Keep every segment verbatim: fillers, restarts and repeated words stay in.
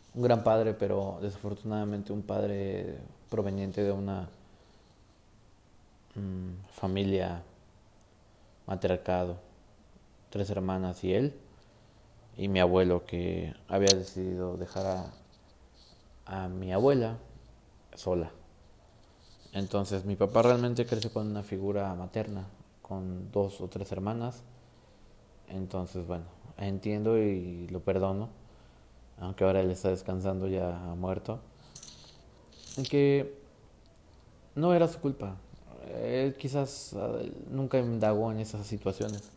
un gran padre, pero desafortunadamente un padre proveniente de una mm, familia matriarcado, tres hermanas y él, y mi abuelo que había decidido dejar a, a mi abuela sola. Entonces mi papá realmente creció con una figura materna, con dos o tres hermanas. Entonces, bueno, entiendo y lo perdono, aunque ahora él está descansando ya muerto, en que no era su culpa. Él quizás uh, nunca indagó en esas situaciones.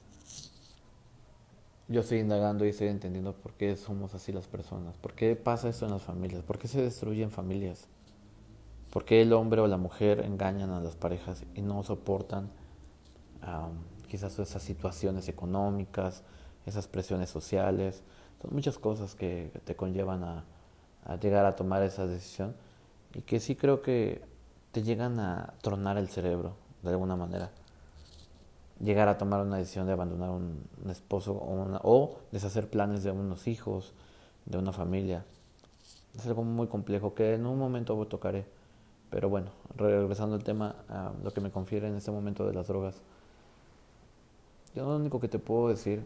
Yo estoy indagando y estoy entendiendo por qué somos así las personas, por qué pasa esto en las familias, por qué se destruyen familias, por qué el hombre o la mujer engañan a las parejas y no soportan um, quizás esas situaciones económicas, esas presiones sociales. Son muchas cosas que te conllevan a, a llegar a tomar esa decisión y que sí creo que te llegan a tronar el cerebro de alguna manera. Llegar a tomar una decisión de abandonar un, un esposo o, una, o deshacer planes de unos hijos, de una familia. Es algo muy complejo que en un momento tocaré. Pero bueno, regresando al tema, a lo que me confiere en este momento de las drogas. Yo lo único que te puedo decir,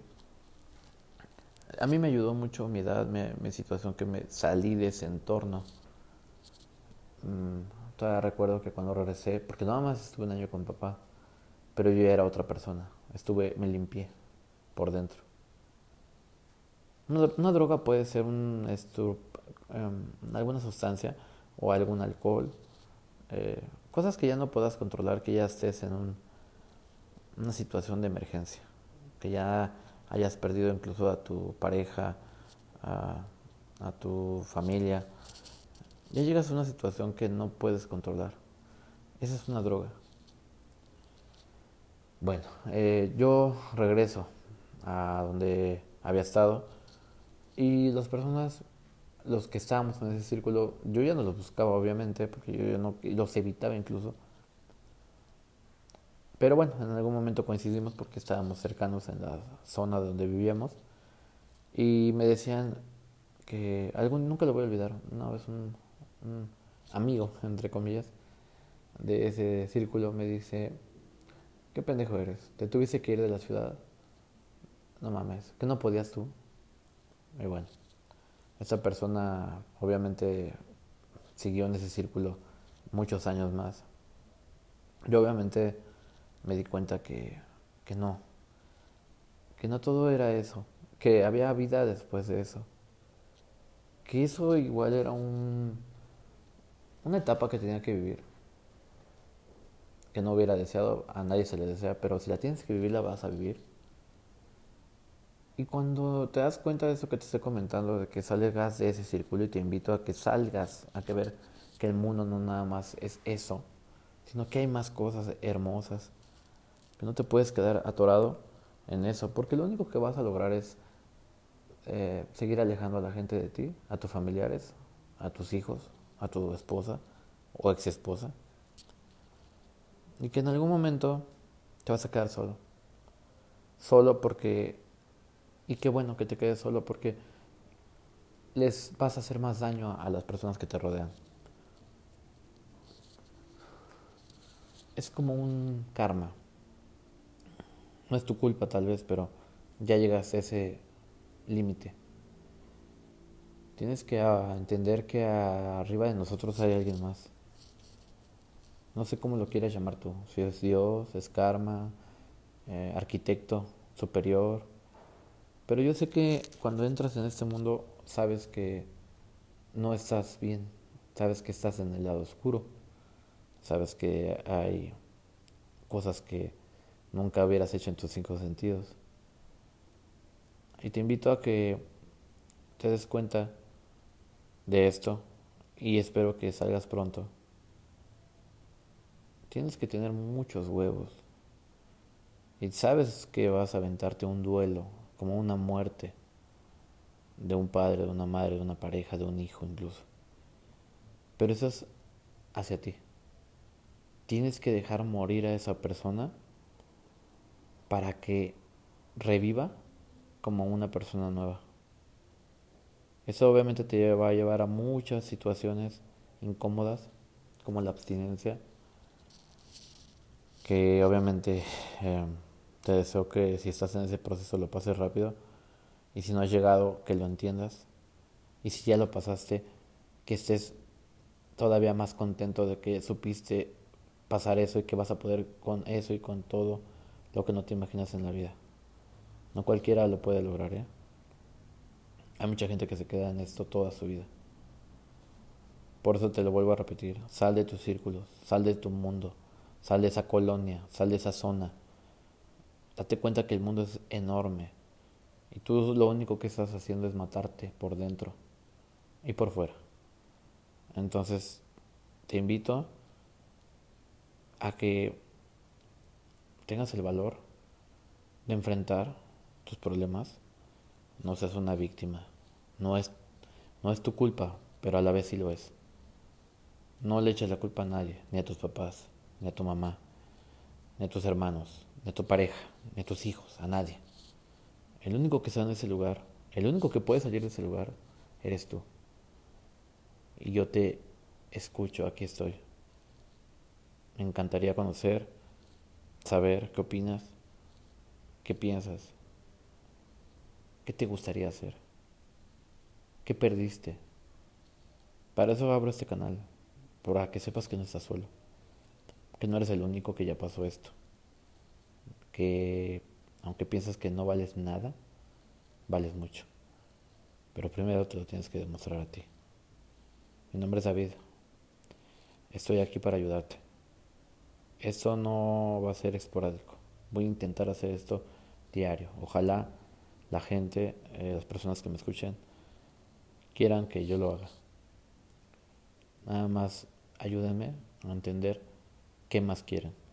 a mí me ayudó mucho mi edad, mi, mi situación, que me salí de ese entorno. Mm, todavía recuerdo que cuando regresé, porque nada más estuve un año con papá, pero yo ya era otra persona. Estuve, me limpié por dentro. Una, una droga puede ser un estup, um, alguna sustancia o algún alcohol, eh, cosas que ya no puedas controlar, que ya estés en un, una situación de emergencia, que ya hayas perdido incluso a tu pareja, a, a tu familia. Ya llegas a una situación que no puedes controlar. Esa es una droga. Bueno, eh, yo regreso a donde había estado y las personas, los que estábamos en ese círculo, yo ya no los buscaba obviamente, porque yo ya no los evitaba incluso. Pero bueno, en algún momento coincidimos porque estábamos cercanos en la zona donde vivíamos y me decían que algún, nunca lo voy a olvidar, una vez un, un amigo, entre comillas, de ese círculo me dice, ¿qué pendejo eres? ¿Te tuviste que ir de la ciudad? No mames, ¿que no podías tú? Y bueno, esta persona obviamente siguió en ese círculo muchos años más. Yo obviamente me di cuenta que, que no, que no todo era eso, que había vida después de eso, que eso igual era un, una etapa que tenía que vivir, que no hubiera deseado, a nadie se le desea, pero si la tienes que vivir la vas a vivir. Y cuando te das cuenta de eso que te estoy comentando, de que salgas de ese círculo y te invito a que salgas, a que ver que el mundo no nada más es eso, sino que hay más cosas hermosas, que no te puedes quedar atorado en eso, porque lo único que vas a lograr es eh, seguir alejando a la gente de ti, a tus familiares, a tus hijos, a tu esposa o ex esposa, y que en algún momento te vas a quedar solo, solo porque, y qué bueno que te quedes solo porque les vas a hacer más daño a las personas que te rodean. Es como un karma. No es tu culpa tal vez, pero ya llegas a ese límite. Tienes que uh, entender que uh, arriba de nosotros hay alguien más. No sé cómo lo quieras llamar tú. Si es Dios, es karma, eh, arquitecto superior. Pero yo sé que cuando entras en este mundo sabes que no estás bien. Sabes que estás en el lado oscuro. Sabes que hay cosas que nunca hubieras hecho en tus cinco sentidos. Y te invito a que te des cuenta de esto y espero que salgas pronto. Tienes que tener muchos huevos y sabes que vas a aventarte un duelo, como una muerte de un padre, de una madre, de una pareja, de un hijo incluso. Pero eso es hacia ti. Tienes que dejar morir a esa persona para que reviva como una persona nueva. Eso obviamente te va a llevar a muchas situaciones incómodas, como la abstinencia, que obviamente eh, te deseo que si estás en ese proceso lo pases rápido, y si no has llegado, que lo entiendas, y si ya lo pasaste, que estés todavía más contento de que supiste pasar eso y que vas a poder con eso y con todo lo que no te imaginas en la vida. No cualquiera lo puede lograr, ¿eh? Hay mucha gente que se queda en esto toda su vida. Por eso te lo vuelvo a repetir. Sal de tus círculos, sal de tu mundo, sal de esa colonia, sal de esa zona. Date cuenta que el mundo es enorme y tú lo único que estás haciendo es matarte por dentro y por fuera. Entonces te invito a que tengas el valor de enfrentar tus problemas. No seas una víctima. No es, no es tu culpa, pero a la vez sí lo es. No le eches la culpa a nadie, ni a tus papás, ni a tu mamá, ni a tus hermanos, ni a tu pareja, ni a tus hijos, a nadie. El único que está en ese lugar, el único que puede salir de ese lugar, eres tú. Y yo te escucho, aquí estoy. Me encantaría conocer, saber qué opinas, qué piensas, qué te gustaría hacer, qué perdiste. Para eso abro este canal, para que sepas que no estás solo, que no eres el único que ya pasó esto, que aunque piensas que no vales nada, vales mucho. Pero primero te lo tienes que demostrar a ti. Mi nombre es David, estoy aquí para ayudarte. Esto no va a ser esporádico, voy a intentar hacer esto diario. Ojalá la gente, eh, las personas que me escuchen, quieran que yo lo haga. Nada más ayúdenme a entender qué más quieren.